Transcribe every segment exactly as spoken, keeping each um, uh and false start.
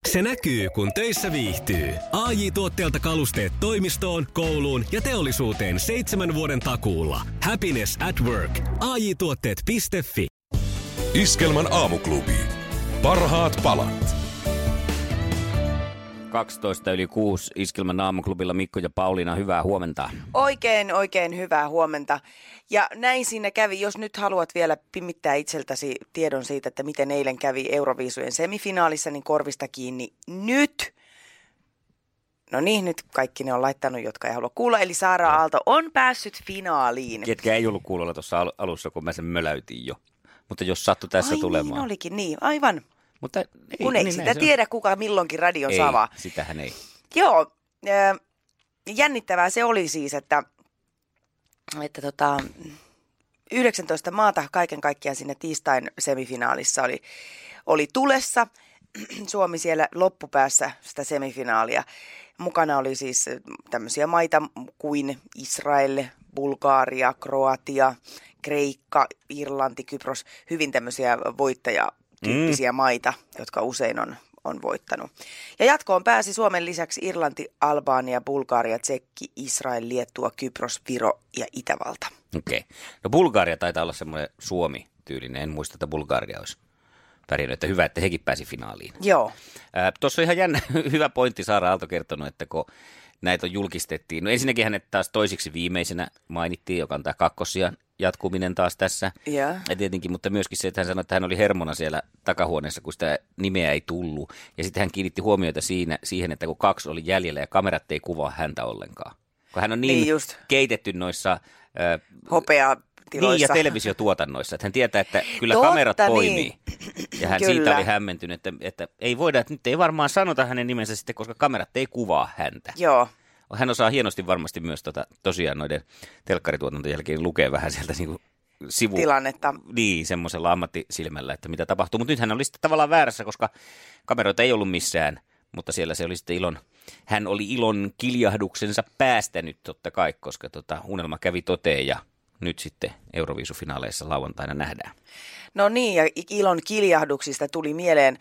Se näkyy, kun töissä viihtyy. A J-tuotteelta kalusteet toimistoon, kouluun ja teollisuuteen seitsemän vuoden takuulla. Happiness at work. A J tuotteet piste fi. Iskelmän aamuklubi. Parhaat palat. kaksitoista yli kuusi Iskelmän aamuklubilla Mikko ja Pauliina, hyvää huomenta. Oikein, oikein hyvää huomenta. Ja näin siinä kävi, jos nyt haluat vielä pimittää itseltäsi tiedon siitä, että miten eilen kävi Euroviisujen semifinaalissa, niin korvista kiinni nyt. No niin, nyt kaikki ne on laittanut, jotka ei halua kuulla. Eli Saara Aalto on päässyt finaaliin. Ketkä ei ollut kuulolla tuossa al- alussa, kun mä sen möläytin jo. Mutta jos sattui tässä Ai tulemaan. niin olikin, niin, aivan. Mutta ei, kun ei niin sitä se tiedä, kuka milloinkin radion ei, savaa. sitähän ei. Joo, äh, jännittävää se oli siis, että, että tota, yhdeksäntoista maata kaiken kaikkiaan siinä tiistain semifinaalissa oli, oli tulessa. Suomi siellä loppupäässä sitä semifinaalia. Mukana oli siis tämmöisiä maita kuin Israel, Bulgaria, Kroatia, Kreikka, Irlanti, Kypros. Hyvin tämmöisiä voittajatyyppisiä mm. maita, jotka usein on, on voittanut. Ja jatkoon pääsi Suomen lisäksi Irlanti, Albania, Bulgaria, Tsekki, Israel, Liettua, Kypros, Viro ja Itävalta. Okei. Okay. No Bulgaria taitaa olla semmoinen Suomi-tyylinen. En muista, että Bulgaria olisi pärjännyt, että hyvä, että hekin pääsi finaaliin. Joo. Tuossa on ihan jännä, hyvä pointti Saara Aalto kertonut, että kun näitä julkistettiin. No ensinnäkin hänet taas toisiksi viimeisenä mainittiin, joka on tämä kakkosia jatkuminen taas tässä. Yeah. Ja tietenkin, mutta myöskin se, että hän sanoi, että hän oli hermona siellä takahuoneessa, kun sitä nimeä ei tullut. Ja sitten hän kiinnitti huomiota siinä, siihen, että kun kaksi oli jäljellä ja kamerat ei kuvaa häntä ollenkaan. Kun hän on niin, niin keitetty noissa Äh, hopea tiloissa. Niin, ja televisiotuotannoissa. Että hän tietää, että kyllä Totta, kamerat niin. toimii. Ja hän Kyllä. siitä oli hämmentynyt, että, että ei voida, että nyt ei varmaan sanota hänen nimensä sitten, koska kamerat ei kuvaa häntä. Joo. Hän osaa hienosti varmasti myös tota, tosiaan noiden telkkarituotantojen jälkeen lukea vähän sieltä niin kuin sivu... tilannetta. Niin, semmoisella ammattisilmällä, että mitä tapahtuu. Mutta nyt hän oli sitten tavallaan väärässä, koska kameroita ei ollut missään, mutta siellä se oli sitten ilon... Hän oli ilon kiljahduksensa päästänyt totta kai, koska tota, unelma kävi toteen ja nyt sitten Euroviisufinaaleissa lauantaina nähdään. No niin, ja ilon kiljahduksista tuli mieleen,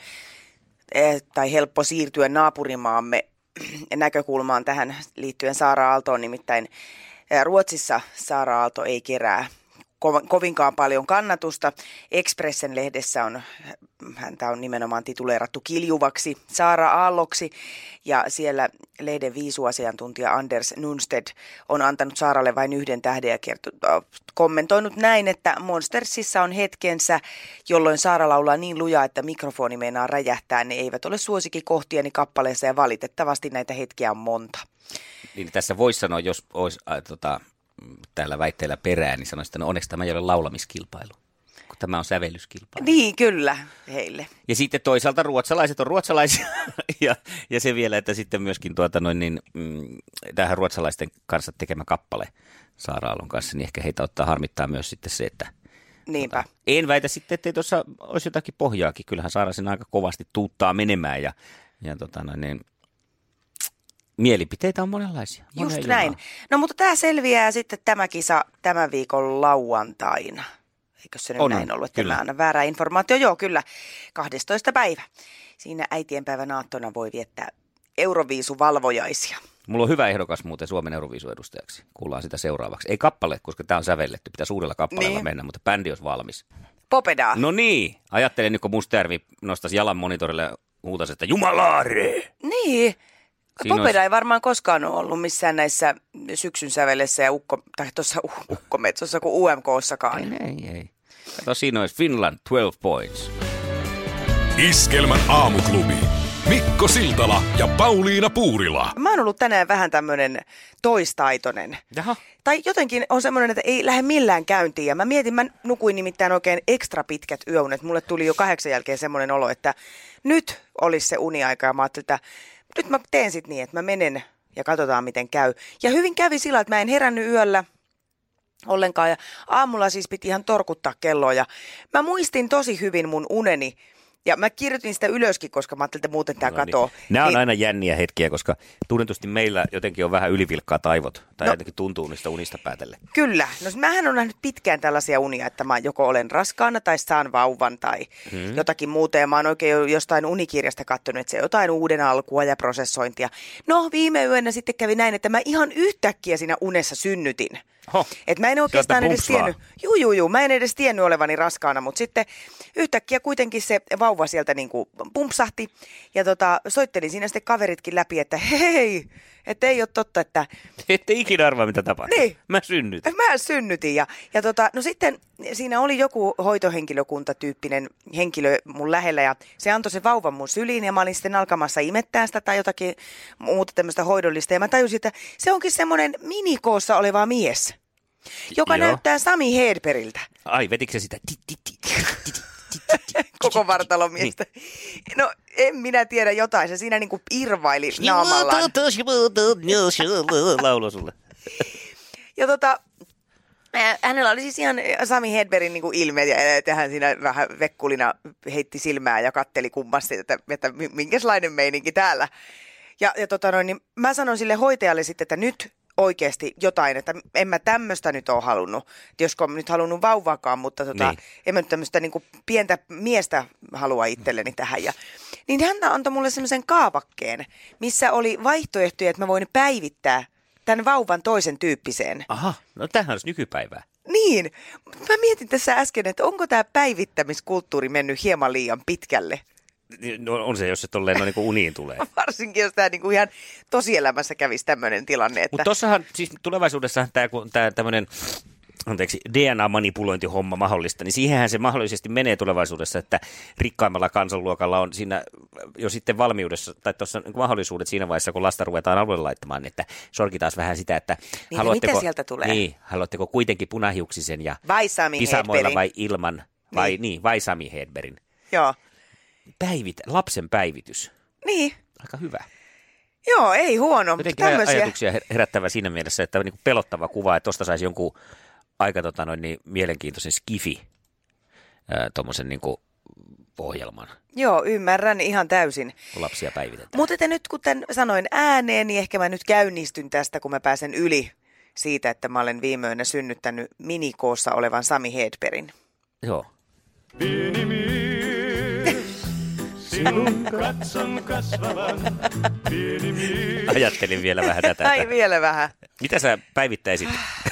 eh, tai helppo siirtyä naapurimaamme näkökulmaan tähän liittyen Saara Aaltoon, nimittäin eh, Ruotsissa Saara Aalto ei kerää ko- kovinkaan paljon kannatusta. Expressen lehdessä on, häntä on nimenomaan tituleerattu kiljuvaksi Saara Aalloksi, ja siellä lehden viisuasiantuntija Anders Nunsted on antanut Saaralle vain yhden tähden ja kerto- kommentoinut näin, että Monstersissa on hetkensä, jolloin Saara laulaa niin lujaa, että mikrofoni meinaa räjähtää. Ne eivät ole suosikkikohtiani kappaleessa ja valitettavasti näitä hetkiä on monta. Niin tässä voisi sanoa, jos olisi äh, tota, täällä väitteellä perään, niin sanoisi, että no onneksi tämä ei ole laulamiskilpailu, kun tämä on sävellyskilpailu. Niin, kyllä, heille. Ja sitten toisaalta ruotsalaiset on ruotsalaisia, ja, ja se vielä, että sitten myöskin tuota noin, niin, mm, tähän ruotsalaisten kanssa tekemä kappale Saara Aallon kanssa, niin ehkä heitä ottaa harmittaa myös sitten se, että... Niinpä. Tota, en väitä sitten, ettei tuossa olisi jotakin pohjaakin. Kyllähän Saara sen aika kovasti tuuttaa menemään, ja, ja tota noin, niin, mielipiteitä on monenlaisia. Just Monen näin. Jumaa. No mutta tämä selviää sitten tämä kisa tämän viikon lauantaina. Eikö se nyt on, näin ollut, että kyllä. mä annan väärää informaatio? Joo, kyllä. kahdestoista päivä. Siinä äitienpäivän aattona voi viettää Euroviisuvalvojaisia. Mulla on hyvä ehdokas muuten Suomen Euroviisuedustajaksi. Kuullaan sitä seuraavaksi. Ei kappale, koska tämä on sävelletty. Pitäisi uudella kappaleella niin mennä, mutta bändi olisi valmis. Popedaa. No niin. Ajattelin nyt, kun Mustajärvi nostaisi jalan monitorille ja huutaisi, että Jumalaare! Niin. Siinä Popeda olisi... ei varmaan koskaan ole ollut missään näissä syksyn sävelessä ja ukko, tai tuossa ukkometsossa kuin U M K:ssakaan. Ei, ei, ei. Kato, siinä olisi Finland twelve points. Iskelmän aamuklubi. Mikko Siltala ja Pauliina Puurila. Mä oon ollut tänään vähän tämmönen toistaitoinen. Jaha. Tai jotenkin on semmoinen, että ei lähde millään käyntiin. Ja mä mietin, mä nukuin nimittäin oikein ekstra pitkät yöunet. Mulle tuli jo kahdeksan jälkeen semmoinen olo, että nyt olisi se uniaika. Ja mä ajattelin, että nyt mä teen sit niin, että mä menen ja katsotaan miten käy. Ja hyvin kävi sillä, että mä en herännyt yöllä ollenkaan. Ja aamulla siis piti ihan torkuttaa kelloa. Ja mä muistin tosi hyvin mun uneni Ja mä kirjoitin sitä ylöskin, koska mä ajattelin, että muuten tämä No katoo. niin. Nämä on niin, aina jänniä hetkiä, koska tunnetusti meillä jotenkin on vähän ylivilkkaa taivot. Tai No. jotenkin tuntuu niistä unista päätelle. Kyllä. No mähän on nähnyt pitkään tällaisia unia, että mä joko olen raskaana tai saan vauvan tai hmm. jotakin muuta. Ja mä oon oikein jo jostain unikirjasta katsonut, että se on jotain uuden alkua ja prosessointia. No viime yönä sitten kävi näin, että mä ihan yhtäkkiä siinä unessa synnytin. Että mä en oikeastaan edes tiennyt, juu, juu, juu, mä en edes tiennyt olevani raskaana, mutta sitten yhtäkkiä kuitenkin se vauva sieltä niin kuin pumpsahti ja tota, soittelin siinä sitten kaveritkin läpi, että hei, että ei ole totta, että... Ette ikinä arvaa, mitä tapahtuu. Niin. Mä synnytin. Mä synnytin ja, ja tota, no sitten siinä oli joku hoitohenkilökuntatyyppinen henkilö mun lähellä ja se antoi se vauvan mun syliin ja mä olin sitten alkamassa imettää sitä tai jotakin muuta tämmöistä hoidollista ja mä tajusin, että se onkin semmoinen minikoossa oleva mies, joka Joo. näyttää Sami Hedbergiltä. Ai, vetikö se sitä? Koko vartalomiestä. No en minä tiedä jotain, se siinä niinku irvaili naamallaan. Laulo sulle. Ja tota, äh, hänellä oli siis ihan Sami Hedbergin niinku ilme, ja että hän siinä vähän vekkulina heitti silmää ja katteli kummasti, että, että minkälainen meininki täällä. Ja, ja tota noin, niin mä sanoin sille hoitajalle sitten, että nyt oikeasti jotain, että en mä tämmöistä nyt ole halunnut, josko mä nyt halunnut vauvaakaan, mutta tota, niin. en mä nyt tämmöistä niinku pientä miestä halua itselleni tähän. Ja, niin hän antoi mulle semmoisen kaavakkeen, missä oli vaihtoehtoja, että mä voin päivittää tämän vauvan toisen tyyppiseen. Aha, no tämähän olisi nykypäivää. Niin, mä mietin tässä äsken, että onko tämä päivittämiskulttuuri mennyt hieman liian pitkälle. No on se, jos se tolleen no, niin kuin uniin tulee. Varsinkin, jos tämä niinku ihan tosielämässä kävisi tämmöinen tilanne. Että... Mutta tossahan, siis tulevaisuudessahan tämä, tämä tämmöinen, anteeksi, D N A-manipulointihomma mahdollista, niin siihenhän se mahdollisesti menee tulevaisuudessa, että rikkaimmalla kansanluokalla on siinä jo sitten valmiudessa, tai tuossa niin mahdollisuudet siinä vaiheessa, kun lasta ruvetaan alueelle laittamaan, että sorkitaan vähän sitä, että niin, haluatteko, mitä sieltä tulee? Niin, haluatteko kuitenkin punahiuksisen ja vai Sami pisamoilla Hedbergin. vai ilman, vai, Niin. niin, vai Sami Hedbergin. Joo. Päivit, lapsen päivitys. Niin. Aika hyvä. Joo, ei huono. Jotenkin Tämmöisiä. ajatuksia herättävä siinä mielessä, että on niin kuin pelottava kuva, että tuosta saisi jonkun aika tota, noin, niin mielenkiintoisen skifi tuommoisen niin ohjelman, Joo, ymmärrän ihan täysin. kun lapsia päivitetään. Mutta nyt kun tämän sanoin ääneen, niin ehkä mä nyt käynnistyn tästä, kun mä pääsen yli siitä, että mä olen viime yönä synnyttänyt minikoossa olevan Sami Hedbergin. Joo. Pieni mies, sinun katson kasvavan. Pieni mies. Ajattelin vielä vähän tätä. Ai vielä vähän. Mitä sä päivittäisit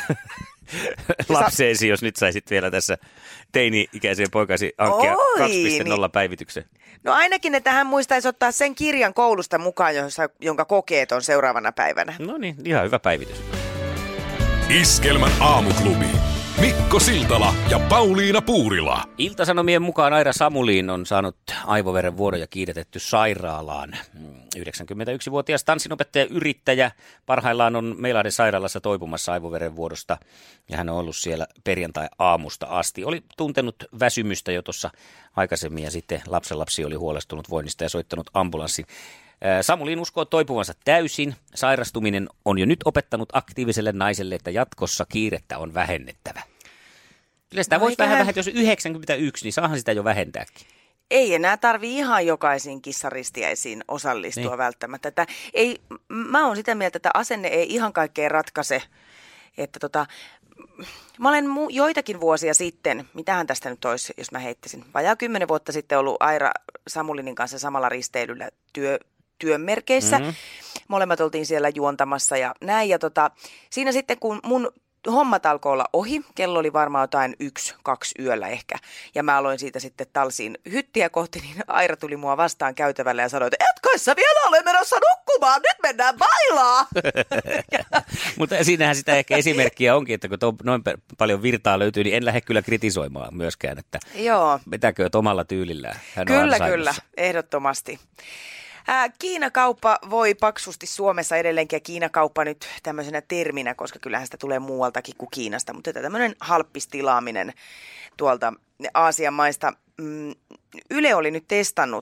lapseesi, jos nyt saisit vielä tässä teini-ikäisen poikasi hankkia Oi, kaksi piste nolla niin. päivityksen? No ainakin, että hän muistaisi ottaa sen kirjan koulusta mukaan, jossa, jonka kokeet on seuraavana päivänä. No niin, ihan hyvä päivitys. Iskelmän aamuklubi. Mikko Siltala ja Pauliina Puurila. Ilta-Sanomien mukaan Aira Samuliin on saanut aivoveren vuodon ja kiiretetty sairaalaan. yhdeksänkymmentäyksivuotias tanssinopettaja yrittäjä parhaillaan on Meilahden sairaalassa toipumassa aivoveren vuodosta ja hän on ollut siellä perjantai-aamusta asti. Oli tuntenut väsymystä jo tuossa aikaisemmin ja sitten lapsenlapsi oli huolestunut voinnista ja soittanut ambulanssin. Samulin uskoo toipuvansa täysin. Sairastuminen on jo nyt opettanut aktiiviselle naiselle, että jatkossa kiirettä on vähennettävä. Kyllä sitä No voisi vähän eiköhän- vähän, jos yhdeksänkymmentäyksi, niin saahan sitä jo vähentääkin. Ei enää tarvii ihan jokaisiin kissaristiäisiin osallistua Niin. niin. välttämättä. Että ei, mä oon sitä mieltä, että asenne ei ihan kaikkea ratkaise. Että tota, mä olen mu- joitakin vuosia sitten, mitähän tästä nyt olisi, jos mä heittäisin, vajaa kymmenen vuotta sitten ollut Aira Samulinin kanssa samalla risteilyllä työ, työnmerkeissä. Mm-hmm. Molemmat oltiin siellä juontamassa ja näin. Ja tota, siinä sitten kun mun hommat alkoi olla ohi, kello oli varmaan jotain yksi, kaksi yöllä ehkä. Ja mä aloin siitä sitten talsiin hyttiä kohti, niin Aira tuli mua vastaan käytävällä ja sanoi, että et kai sä vielä ole menossa nukkumaan, nyt mennään bailaa. Mutta siinähän sitä ehkä esimerkkiä onkin, että kun to, noin pe- paljon virtaa löytyy, niin en lähde kyllä kritisoimaan myöskään, että Joo, vetäkööt omalla tyylillään. Hän on kyllä, ansainnut kyllä, sen. ehdottomasti. Ää, Kiinakauppa voi paksusti Suomessa edelleenkin, ja Kiinakauppa nyt tämmöisenä terminä, koska kyllähän sitä tulee muualtakin kuin Kiinasta, mutta tämmöinen halppistilaaminen tuolta Aasian maista. Mm, Yle oli nyt testannut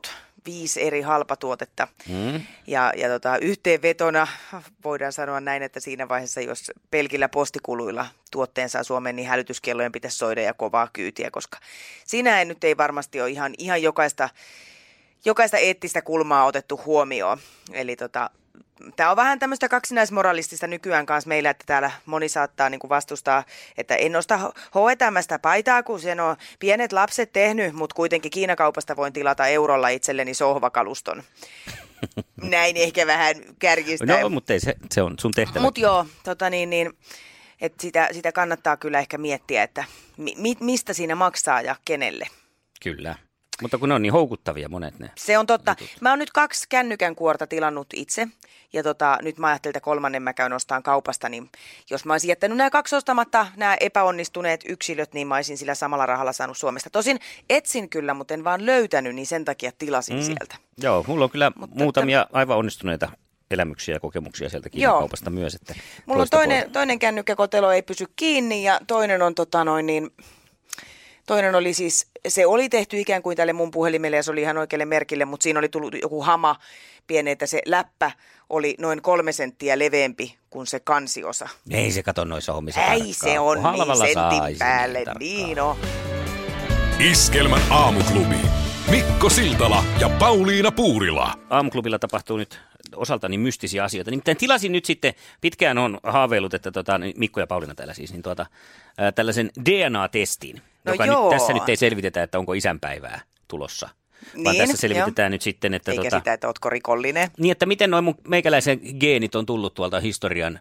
viisi eri halpatuotetta. Mm. Ja, ja tota, yhteenvetona voidaan sanoa näin, että siinä vaiheessa, jos pelkillä postikuluilla tuotteen saa Suomeen, niin hälytyskellojen pitäisi soida ja kovaa kyytiä, koska siinä ei nyt ei varmasti ole ihan, ihan jokaista, jokaista eettistä kulmaa otettu huomioon. Eli tota, tämä on vähän tämmöistä kaksinaismoralistista nykyään kanssa meillä, että täällä moni saattaa niin kuin vastustaa, että en osta H and M:stä paitaa, kun sen on pienet lapset tehnyt, mutta kuitenkin Kiinakaupasta voin tilata eurolla itselleni sohvakaluston. Näin ehkä vähän kärjistäen. No, mutta ei se, se on sun tehtävä. Mutta joo, tota niin, niin, että sitä, sitä kannattaa kyllä ehkä miettiä, että mi, mistä siinä maksaa ja kenelle. Kyllä. Mutta kun ne on niin houkuttavia monet ne. Se on totta. Mä oon nyt kaksi kännykän kuorta tilannut itse. Ja tota, nyt mä ajattelin, että kolmannen mä käyn ostamaan kaupasta. Niin jos mä olisin jättänyt nämä kaksi ostamatta, nämä epäonnistuneet yksilöt, niin mä olisin sillä samalla rahalla saanut Suomesta. Tosin etsin kyllä, mutta en vaan löytänyt, niin sen takia tilasin mm. sieltä. Joo, mulla on kyllä mutta muutamia että aivan onnistuneita elämyksiä ja kokemuksia sieltä Kiinakaupasta myös. Että mulla on toinen, toinen kännykkäkotelo ei pysy kiinni ja toinen on tota noin niin... Toinen oli siis, se oli tehty ikään kuin tälle mun puhelimelle ja se oli ihan oikealle merkille, mutta siinä oli tullut joku hama pieni, että se läppä oli noin kolme senttiä leveämpi kuin se kansiosa. Ei se kato noissa hommissa Ei tarkkaan. se on Halvalla niin sentin saisi päälle, niin, niin on. Iskelmän aamuklubi. Mikko Siltala ja Pauliina Puurila. Aamuklubilla tapahtuu nyt osaltani mystisiä asioita. Nimittäin tilasin nyt sitten, pitkään on haaveillut, että tota, Mikko ja Pauliina täällä siis, niin tuota, ää, tällaisen D N A-testin, No joka joo. nyt, tässä nyt ei selvitetä, että onko isänpäivää tulossa. Vaan Niin, tässä selvitetään jo. nyt sitten, että, Eikä tota, sitä, että ootko rikollinen. niin, että miten noin mun meikäläisen geenit on tullut tuolta historian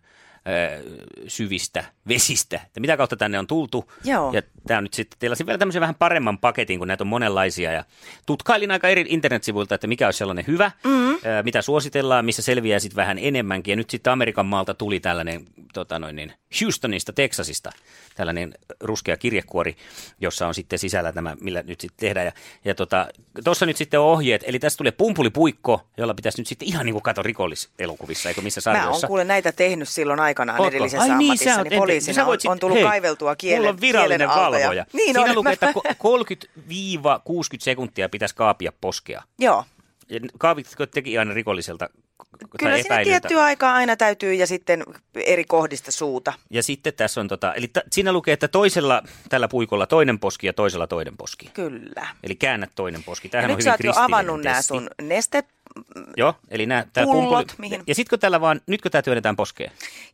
syvistä vesistä, että mitä kautta tänne on tultu. Joo. Ja tämä on nyt sitten, tilasin vielä tämmöisen vähän paremman paketin, kun näitä on monenlaisia. Ja tutkailin aika eri internetsivuilta, että mikä olisi sellainen hyvä, mm-hmm. mitä suositellaan, missä selviää sitten vähän enemmänkin. Ja nyt sitten Amerikan maalta tuli tällainen tota noin niin, Houstonista, Texasista, tällainen ruskea kirjekuori, jossa on sitten sisällä tämä, millä nyt sitten tehdään. Ja, ja tuossa tota, nyt sitten on ohjeet, eli tässä tulee pumpulipuikko, jolla pitäisi nyt sitten ihan niin kuin kato rikolliselokuvissa, eikö missä sarjoissa. Mä oon kuule näitä tehnyt silloin aikanaan Ootko? edellisessä Ai niin, ammatissa, sä niin oot- poliisina sä voit on, sit- on tullut hei, kaiveltua kielen, mulla on virallinen kielen alta ja- valvoja. Niin Siinä on. lukee, että kolmekymmentä kuusikymmentä sekuntia pitäisi kaapia poskea. Joo. Ja kaavitko teki aina rikolliselta Kyllä tai siinä epäilyltä? tiettyä aikaa aina täytyy ja sitten eri kohdista suuta. Ja sitten tässä on, tota, eli t- siinä lukee, että toisella tällä puikolla toinen poski ja toisella toinen poski. Kyllä. Eli käännä toinen poski. Ja Tämähän on nyt sä hyvin oot jo kristillinen avannut nämä testi. sun neste. Joo, eli nämä, tää pullot, pumpuli- mihin- Ja sitten kun tällä vaan, nyt kun tämä työnnetään poskeen.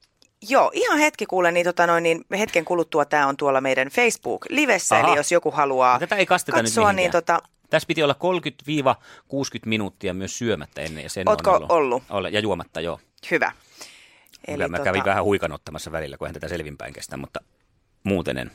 Joo, ihan hetki kuule, niin, tota noin, niin hetken kuluttua tämä on tuolla meidän Facebook-livessä, Aha. eli jos joku haluaa Ja tätä ei kasteta katsoa, nyt niin mihinkään. tota, Tässä piti olla kolmekymmentä kuusikymmentä minuuttia myös syömättä ennen. Ja sen Ootko on ollut? Ole, ja juomatta, joo. hyvä. Eli mä kävin vähän huikan ottamassa välillä, kun en tätä selvinpäin kestä, mutta muuten en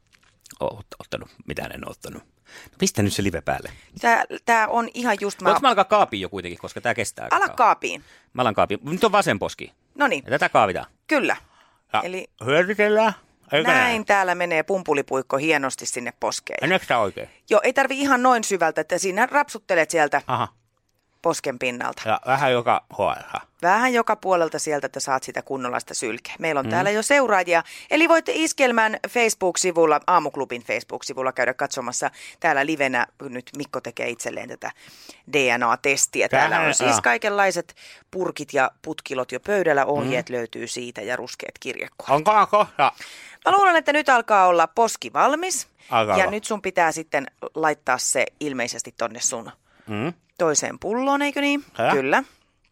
ole ottanut, mitään en ole ottanut. No pistä nyt se live päälle. Tää, tää on ihan just... Voinko mä alkaa kaapiin jo kuitenkin, koska tämä kestää aika Ala kauan. kaapiin. Mä alan kaapiin. Nyt on vasen poski. No niin, Ja tätä kaavitaan. kyllä. Ja Eli hyödytellään. Eikö näin täällä menee pumpulipuikko hienosti sinne poskeen. Meneekö tää oikein? Joo, ei tarvi ihan noin syvältä, että siinä rapsuttelet sieltä Aha. posken pinnalta. Ja vähän joka hoiha. Vähän joka puolelta sieltä, että saat sitä kunnollista sylkeä. Meillä on mm. täällä jo seuraajia. Eli voitte Iskelmän Facebook-sivulla, Aamuklubin Facebook-sivulla käydä katsomassa. Täällä livenä nyt Mikko tekee itselleen tätä D N A-testiä. Täällä on siis kaikenlaiset purkit ja putkilot jo pöydällä. Ohjeet mm. löytyy siitä ja ruskeat kirjekuoret. Onko kohta? Mä luulen, että nyt alkaa olla poski valmis. Alkaa ja olla. nyt sun pitää sitten laittaa se ilmeisesti tonne sun Mm. toiseen pulloon, eikö niin? Älä. Kyllä.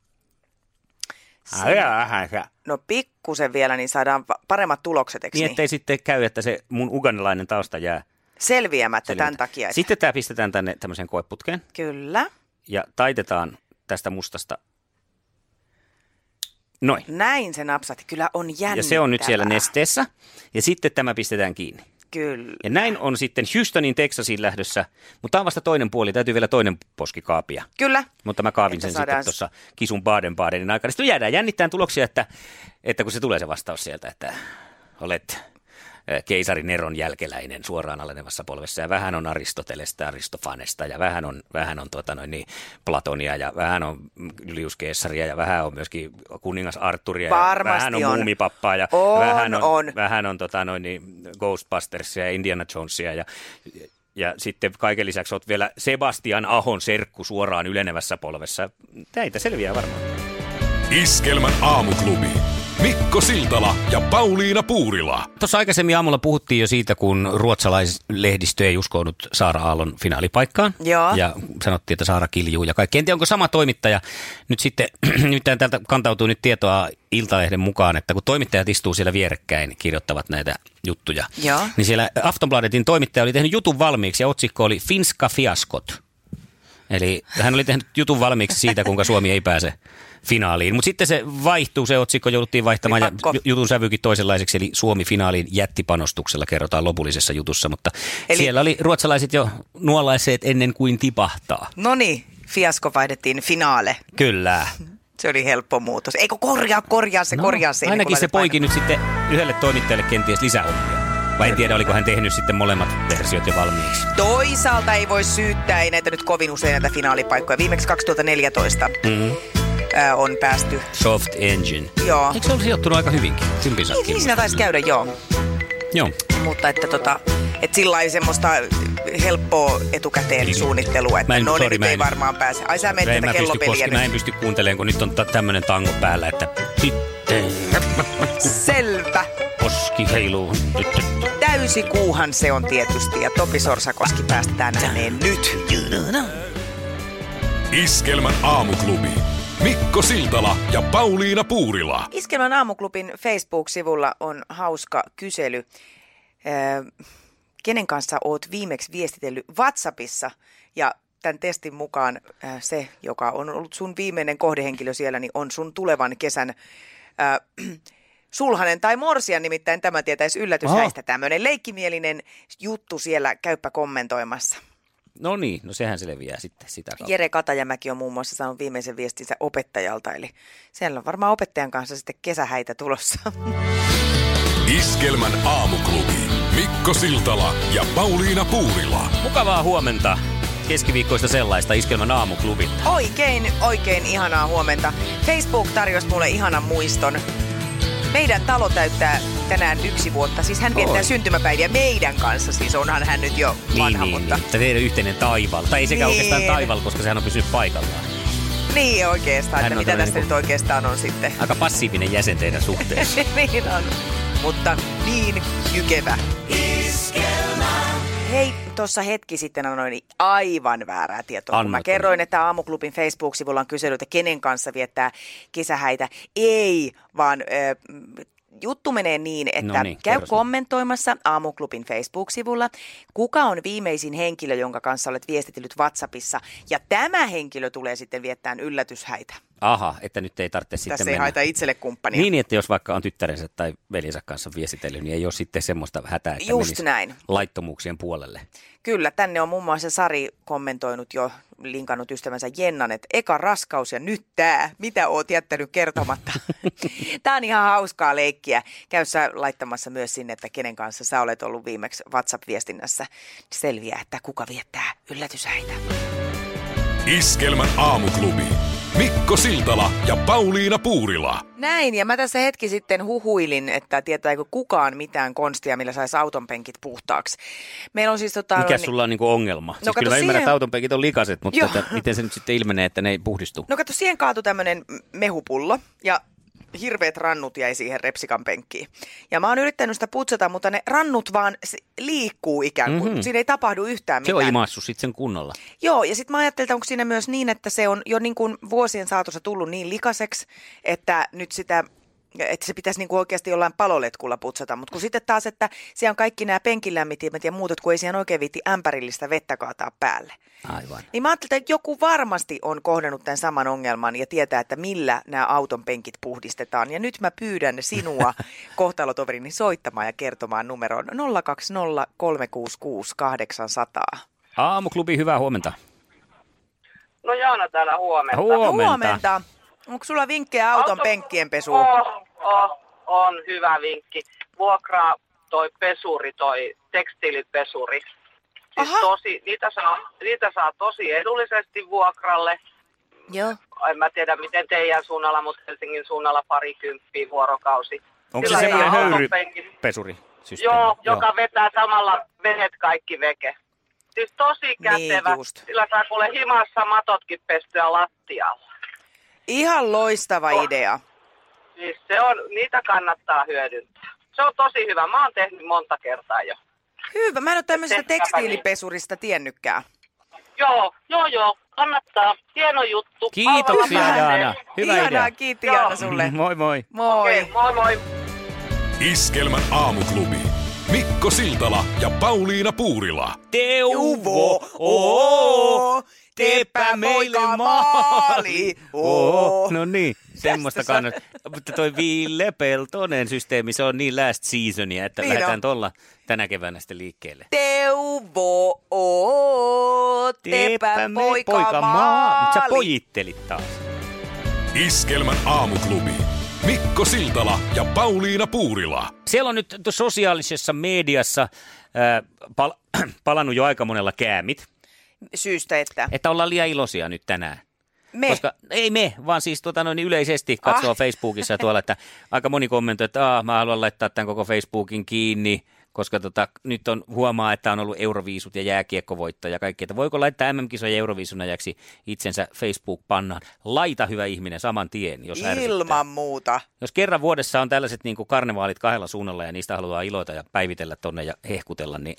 Vielä vähän se. No pikkusen vielä, niin saadaan va- paremmat tulokset, eikö Niin, niin? ettei sitten käy, että se mun ugandalainen tausta jää Selviämättä selviämättä. tämän takia. Että... Sitten tämä pistetään tänne tämmöiseen koeputkeen Kyllä. ja taitetaan tästä mustasta. Noin. Näin se napsahti. Kyllä on jännittävää. Ja se on nyt siellä nesteessä. Ja sitten tämä pistetään kiinni. Kyllä. Ja näin on sitten Houstonin, Texasiin lähdössä. Mutta tämä on vasta toinen puoli. Täytyy vielä toinen poski kaapia. Kyllä. Mutta mä kaavin Että sen saadaan- sitten tuossa Kisun Baden-Badenin aikana. Sitten jäädään jännittämään tuloksia, että, että kun se tulee se vastaus sieltä, että olet eh, keisari Neron jälkeläinen suoraan alenevassa polvessa. Ja vähän on Aristotelesta, Aristofanesta ja vähän on, vähän on tuota noin niin, Platonia ja vähän on Julius Caesaria ja vähän on myöskin kuningas Arturia. Varmasti ja vähän on, on. Muumipappaa ja On, vähän on, on. Vähän on tota noin niin, Ghostbustersia ja Indiana Jonesia ja Ja sitten kaiken lisäksi olet vielä Sebastian Ahon serkku suoraan ylenevässä polvessa. Näitä selviää varmaan. Iskelmän aamuklubi. Mikko Siltala ja Pauliina Puurila. Tuossa aikaisemmin aamulla puhuttiin jo siitä, kun ruotsalaislehdistö ei uskoinut Saara Aallon finaalipaikkaan. Joo. Ja sanottiin, että Saara kiljuu ja kaikki. En tiedä, onko sama toimittaja. Nyt sitten, nimittäin täältä kantautuu nyt tietoa Iltalehden mukaan, että kun toimittajat istuu siellä vierekkäin, kirjoittavat näitä juttuja. Joo. Niin siellä Aftonbladetin toimittaja oli tehnyt jutun valmiiksi ja otsikko oli Finska fiaskot. Eli hän oli tehnyt jutun valmiiksi siitä, kuinka Suomi ei pääse finaaliin. Mutta sitten se vaihtuu, se otsikko jouduttiin vaihtamaan ja jutun sävyykin toisenlaiseksi, eli Suomi finaaliin jättipanostuksella kerrotaan lopullisessa jutussa. Mutta eli siellä oli ruotsalaiset jo nuolaiseet ennen kuin tipahtaa. No niin, fiasko vaihdettiin finaale. Kyllä. Se oli helppo muutos. Eikö korjaa, korjaa se, no, korjaa se. Ainakin se poiki nyt sitten yhdelle toimittajalle kenties lisäoppia. Vai en tiedä, oliko hän tehnyt sitten molemmat versiot jo valmiiksi. Toisaalta ei voi syyttää, ei näitä nyt kovin usein näitä finaalipaikkoja. Viimeksi kaksituhattaneljätoista mm-hmm. ää, on päästy. Soft Engine. Joo. Eikö se olisi sijoittunut aika hyvinkin? Niin, niin siinä taisi käydä, joo. Joo. Mutta että tota, että sillä lailla semmoista helppoa etukäteen niin suunnittelua, että en, no sorry, nyt ei en, varmaan pääse. Ai sä menet tätä kellopeliä nyt. Mä en pysty kuuntelemaan, kun nyt on ta- tämmönen tango päällä, että sitten selvä. Poski heiluu. Täysi kuuhan se on tietysti ja Topi Sorsakoski päästetään ääneen nyt. Iskelmän aamuklubi. Mikko Siltala ja Pauliina Puurila. Iskelmän aamuklubin Facebook-sivulla on hauska kysely. Äh, kenen kanssa oot viimeksi viestitellyt WhatsAppissa? Ja tämän testin mukaan äh, se, joka on ollut sun viimeinen kohdehenkilö siellä, niin on sun tulevan kesän äh, sulhanen tai morsian, nimittäin tämä tietäisi yllätyshäistä. Tämmöinen leikkimielinen juttu siellä, käyppä kommentoimassa. No niin, no sehän selviää sitten sitä kautta. Jere Katajamäki on muun muassa saanut viimeisen viestinsä opettajalta, eli siellä on varmaan opettajan kanssa sitten kesähäitä tulossa. Iskelmän aamuklubi. Mikko Siltala ja Pauliina Puurila. Mukavaa huomenta. Keskiviikkoista sellaista Iskelmän aamuklubilta. Oikein, oikein ihanaa huomenta. Facebook tarjosi mulle ihanan muiston. Meidän talo täyttää tänään yksi vuotta. Siis hän viettää Oi. syntymäpäiviä meidän kanssa. Siis onhan hän nyt jo vanha, niin, mutta... Niin, niin. Teidän yhteinen taival. Tai ei sekä niin. oikeastaan taival, koska sehän on pysynyt paikallaan. Niin oikeastaan, hän että mitä tästä niin nyt oikeastaan on sitten. Aika passiivinen jäsen teidän suhteessa. Niin on, mutta niin jykevä. Iskelmä. Hei, tuossa hetki sitten annoin aivan väärää tietoa. Kun mä kerroin, että Aamuklubin Facebook-sivulla on kysely, että kenen kanssa viettää kesähäitä. Ei, vaan... Äh, juttu menee niin, että no niin, käy kommentoimassa Aamuklubin Facebook-sivulla, kuka on viimeisin henkilö, jonka kanssa olet viestitellyt WhatsAppissa, ja tämä henkilö tulee sitten viettämään yllätyshäitä. Aha, että nyt ei tarvitse sitten Tässä mennä. ei haita itselle kumppania. Niin, että jos vaikka on tyttärensä tai veljensä kanssa viestitellyt, niin ei ole sitten semmoista hätää, että just menisi näin. laittomuuksien puolelle. Kyllä, tänne on muun muassa Sari kommentoinut jo, linkannut ystävänsä Jennan, että eka raskaus ja nyt tää, mitä oot jättänyt kertomatta. Tää on ihan hauskaa leikkiä. Käy sä laittamassa myös sinne, että kenen kanssa sä olet ollut viimeksi WhatsApp-viestinnässä. Selviää, että kuka viettää yllätyshäitä. Iskelmän aamuklubi. Mikko Siltala ja Pauliina Puurila. Näin, ja mä tässä hetki sitten huhuilin, että tietääkö kukaan mitään konstia, millä saisi autonpenkit puhtaaksi. Meillä on siis tota... Mikä niin... sulla on niinku ongelma? No, siis kyllä mä siihen... ymmärrän, että autonpenkit on likaset, mutta että, miten se nyt sitten ilmenee, että ne ei puhdistu? No kato, siihen kaatui tämmöinen mehupullo, ja hirveät rannut jäi siihen repsikan penkkiin. Ja mä oon yrittänyt sitä putsata, mutta ne rannut vaan liikkuu ikään kuin. Mm-hmm. Siinä ei tapahdu yhtään mitään. Se on imassut sitten sen kunnolla. Joo, ja sitten mä ajattelin, että onko siinä myös niin, että se on jo niin kuin vuosien saatossa tullut niin likaseksi, että nyt sitä... että se pitäisi niinku oikeasti jollain paloletkulla putsata, mutta kun sitten taas, että siellä on kaikki nämä penkilämmitimet ja muut, kun ei siihen oikein viitti ämpärillistä vettä kaataa päälle. Aivan. Niin mä ajattelin, että joku varmasti on kohdannut tämän saman ongelman ja tietää, että millä nämä auton penkit puhdistetaan. Ja nyt mä pyydän sinua, kohtalotoverini, soittamaan ja kertomaan numeroon nolla kaksi nolla kolme kuusi kuusi kahdeksan nolla nolla. Aamuklubi, hyvää huomenta. No Jaana täällä huomenta. Huomenta. Huomenta. Onko sulla vinkkejä auton Auto... penkkien pesuun? Oh, oh, on hyvä vinkki. Vuokraa toi pesuri, toi tekstiilipesuri. Siis tosi, niitä, saa, niitä saa tosi edullisesti vuokralle. Joo. En mä tiedä miten teidän suunnalla, mutta Helsingin suunnalla parikymppiä vuorokausi. Onko Sillä se semmoinen autonpenkki... höyrypesuri? Joo, joka Joo. vetää samalla vedet kaikki veke. Siis tosi kätevä, Niin just. sillä saa kuule himassa matotkin pestyä lattialla. Ihan loistava Oh. idea. Siis se on, niitä kannattaa hyödyntää. Se on tosi hyvä, mä oon tehnyt monta kertaa jo. Hyvä, mä en ole tämmöisestä Tehkääpä tekstiilipesurista tiennytkään. Joo, joo, joo, kannattaa. Hieno juttu. Kiitoksia, Palvella Jaana. pääsee. Hyvä Ihanaa, idea. kiitti Joo. Jaana sulle. Moi moi. Moi. Okei, moi moi. Iskelmän aamuklubi. Mikko Siltala ja Pauliina Puurila. Teuvo, oo, teepä meille maali. Oo. No niin, semmoista Tästä kannattaa. Mutta toi Ville Peltonen systeemi, se on niin last seasonia, että Niin lähdetään on. tuolla tänä keväänä sitten liikkeelle. Teuvo, oo, teepä me- poika maa. Mut sä maali. pojittelit taas. Iskelmän aamuklubi. Mikko Siltala ja Pauliina Puurila. Siellä on nyt tuossa sosiaalisessa mediassa äh, pal- palannut jo aika monella käämit, Syystä, että että ollaan liian iloisia nyt tänään. me. Koska ei me, vaan siis tota noin yleisesti katsoo Ah. Facebookissa tuolla, että aika moni kommentoi, että Aa, mä haluan laittaa tämän koko Facebookin kiinni, koska tota, nyt on huomaa, että on ollut Euroviisut ja jääkiekkovoitto ja kaikki, että voiko laittaa M M-kisojen Euroviisun ajaksi itsensä Facebook-pannaan. Laita hyvä ihminen saman tien, jos ärsyttää. Ilman muuta. Jos kerran vuodessa on tällaiset niin kuin karnevaalit kahdella suunnalla ja niistä halutaan iloita ja päivitellä tonne ja hehkutella, niin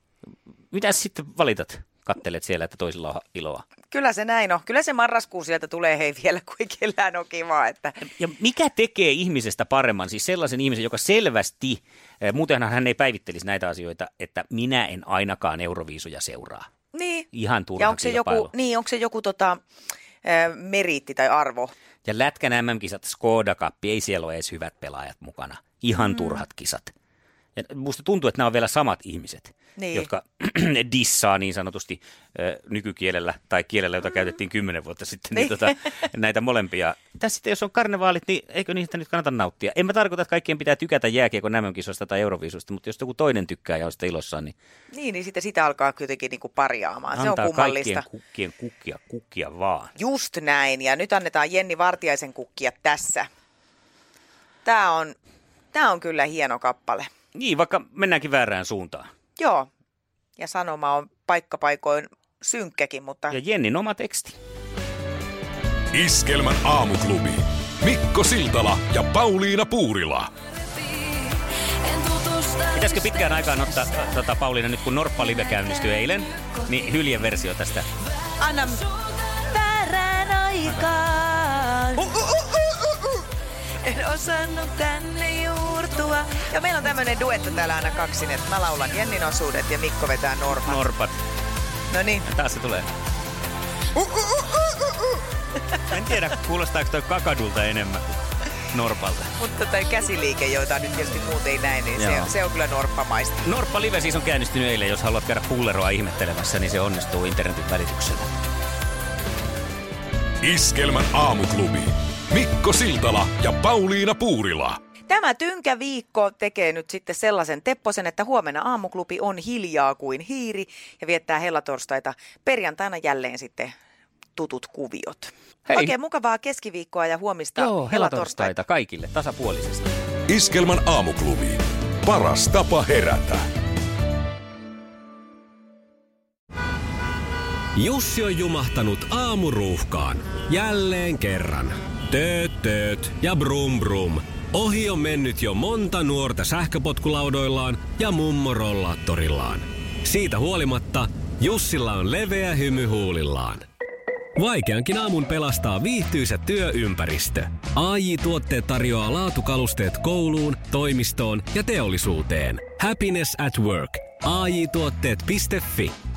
mitä sitten valitat? Kattelet siellä, että toisilla on iloa. Kyllä se näin on. Kyllä se marraskuu sieltä tulee hei vielä, kuin kellään on kiva. Että... Ja mikä tekee ihmisestä paremman, siis sellaisen ihmisen, joka selvästi, eh, muutenhan hän ei päivittelisi näitä asioita, että minä en ainakaan Euroviisuja seuraa. Niin. Ihan turha Ja onko se kilpailu. joku, niin, onko se joku tota, ä, meriitti tai arvo? Ja Lätkän M M-kisat, Skoda Cup, ei siellä ole edes hyvät pelaajat mukana. Ihan mm. turhat kisat. Ja musta tuntuu, että nämä on vielä samat ihmiset, Niin. jotka dissaa niin sanotusti ö, nykykielellä tai kielellä, jota käytettiin kymmenen vuotta sitten, niin Niin. tota, näitä molempia. Tässä sitten, jos on karnevaalit, niin eikö niistä nyt kannata nauttia? En mä tarkoita, että kaikkien pitää tykätä jääkiekon M M-kisoista tai Euroviisusta, mutta jos joku toinen tykkää ja on sitä ilossaan, niin Niin, niin sitten sitä alkaa jotenkin niinku parjaamaan. Se on antaa kummallista. kaikkien kukkien kukkia, kukkia vaan. Just näin. Ja nyt annetaan Jenni Vartiaisen kukkia tässä. Tämä on, tää on kyllä hieno kappale. Niin, vaikka mennäänkin väärään suuntaan. Joo. Ja sanoma on paikkapaikoin synkkäkin, mutta Ja Jennin oma teksti. Iskelmän aamuklubi. Mikko Siltala ja Pauliina Puurila. Pitäisikö pitkään aikaan ottaa, äh, tota, Pauliina, nyt kun Norppa Live käynnistyi eilen, niin hyljen versio tästä. anna väärään aikaan. Uh, uh, uh, uh, uh. En osannut tänne juurtua. Ja meillä on tämmönen duetto täällä aina kaksin, että mä laulan Jennin osuudet ja Mikko vetää Norpan. Norpat. No niin. Taas se tulee. Uh, uh, uh, uh, uh. En tiedä, kuulostaako toi kakadulta enemmän kuin Norpalta. Mutta toi käsiliike, joita nyt tietysti muut ei näe, niin se, Joo. se on kyllä norppamaista. Norppa Live siis on käynnistynyt eilen. Jos haluat käydä pulleroa ihmettelemässä, niin se onnistuu internetin välityksellä. Iskelmän aamuklubi. Mikko Siltala ja Pauliina Puurila. Tämä tynkäviikko tekee nyt sitten sellaisen tepposen, että huomenna aamuklubi on hiljaa kuin hiiri ja viettää hellatorstaita perjantaina jälleen sitten tutut kuviot. Hei. Oikein mukavaa keskiviikkoa ja huomista Joo, helatorstaita kaikille tasapuolisesti. Iskelmän aamuklubi. Paras tapa herätä. Jussi on jumahtanut aamuruuhkaan. Jälleen kerran. Tööt, tööt ja brum brum. Ohi on mennyt jo monta nuorta sähköpotkulaudoillaan ja mummorollaattorillaan. Siitä huolimatta Jussilla on leveä hymy huulillaan. Vaikeankin aamun pelastaa viihtyisä työympäristö. A J-tuotteet tarjoaa laatukalusteet kouluun, toimistoon ja teollisuuteen. Happiness at work. A J tuotteet piste fi